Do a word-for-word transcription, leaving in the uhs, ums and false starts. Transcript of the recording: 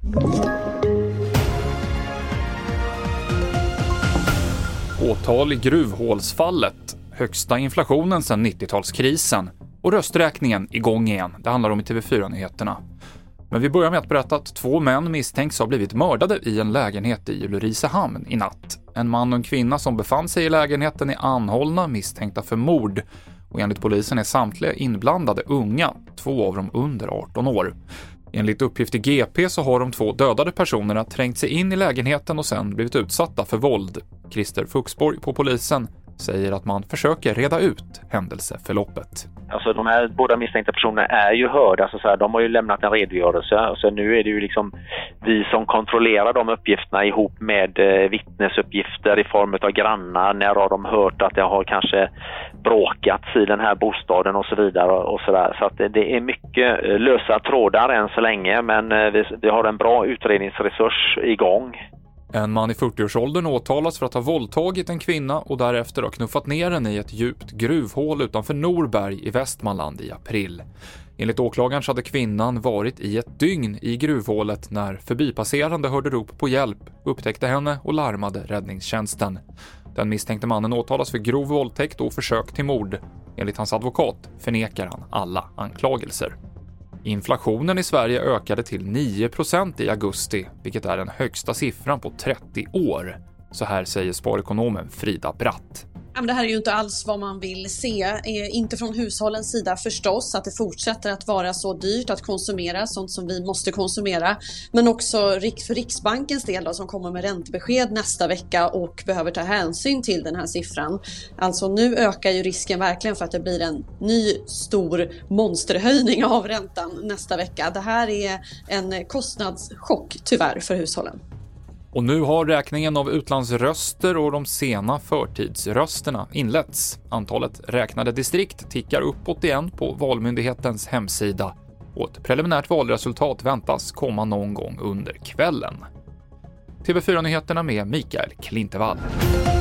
Åtal i gruvhålsfallet, högsta inflationen sedan nittiotalskrisen och rösträkningen igång igen. Det handlar om i T V fyra-nyheterna. Men vi börjar med att berätta att två män misstänks ha blivit mördade i en lägenhet i Ulricehamn i natt. En man och en kvinna som befann sig i lägenheten är anhållna misstänkta för mord. Och enligt polisen är samtliga inblandade unga, två av dem under arton år. Enligt uppgift i G P så har de två dödade personerna trängt sig in i lägenheten och sen blivit utsatta för våld. Christer Fuxborg på polisen säger att man försöker reda ut händelseförloppet. Alltså de här båda misstänkta personerna är ju hörda, så, så här, de har ju lämnat en redogörelse. Så nu är det ju liksom vi som kontrollerar de uppgifterna ihop med eh, vittnesuppgifter i form av grannar. När har de hört att det har kanske bråkats i den här bostaden och så vidare. Och så där. Så att det, det är mycket lösa trådar än så länge, men eh, vi, vi har en bra utredningsresurs igång. En man i fyrtioårsåldern åtalas för att ha våldtagit en kvinna och därefter har knuffat ner henne i ett djupt gruvhål utanför Norberg i Västmanland i april. Enligt åklagaren hade kvinnan varit i ett dygn i gruvhålet när förbipasserande hörde rop på hjälp, upptäckte henne och larmade räddningstjänsten. Den misstänkte mannen åtalas för grov våldtäkt och försök till mord. Enligt hans advokat förnekar han alla anklagelser. Inflationen i Sverige ökade till nio procent i augusti, vilket är den högsta siffran på trettio år. Så här säger sparekonomen Frida Bratt. Det här är ju inte alls vad man vill se, eh, inte från hushållens sida förstås, att det fortsätter att vara så dyrt att konsumera sånt som vi måste konsumera, men också för Riksbankens del då, som kommer med räntebesked nästa vecka och behöver ta hänsyn till den här siffran. Alltså nu ökar ju risken verkligen för att det blir en ny stor monsterhöjning av räntan nästa vecka. Det här är en kostnadschock tyvärr för hushållen. Och nu har räkningen av utlandsröster och de sena förtidsrösterna inletts. Antalet räknade distrikt tickar uppåt igen på Valmyndighetens hemsida och ett preliminärt valresultat väntas komma någon gång under kvällen. T V fyra-nyheterna med Mikael Klintevall.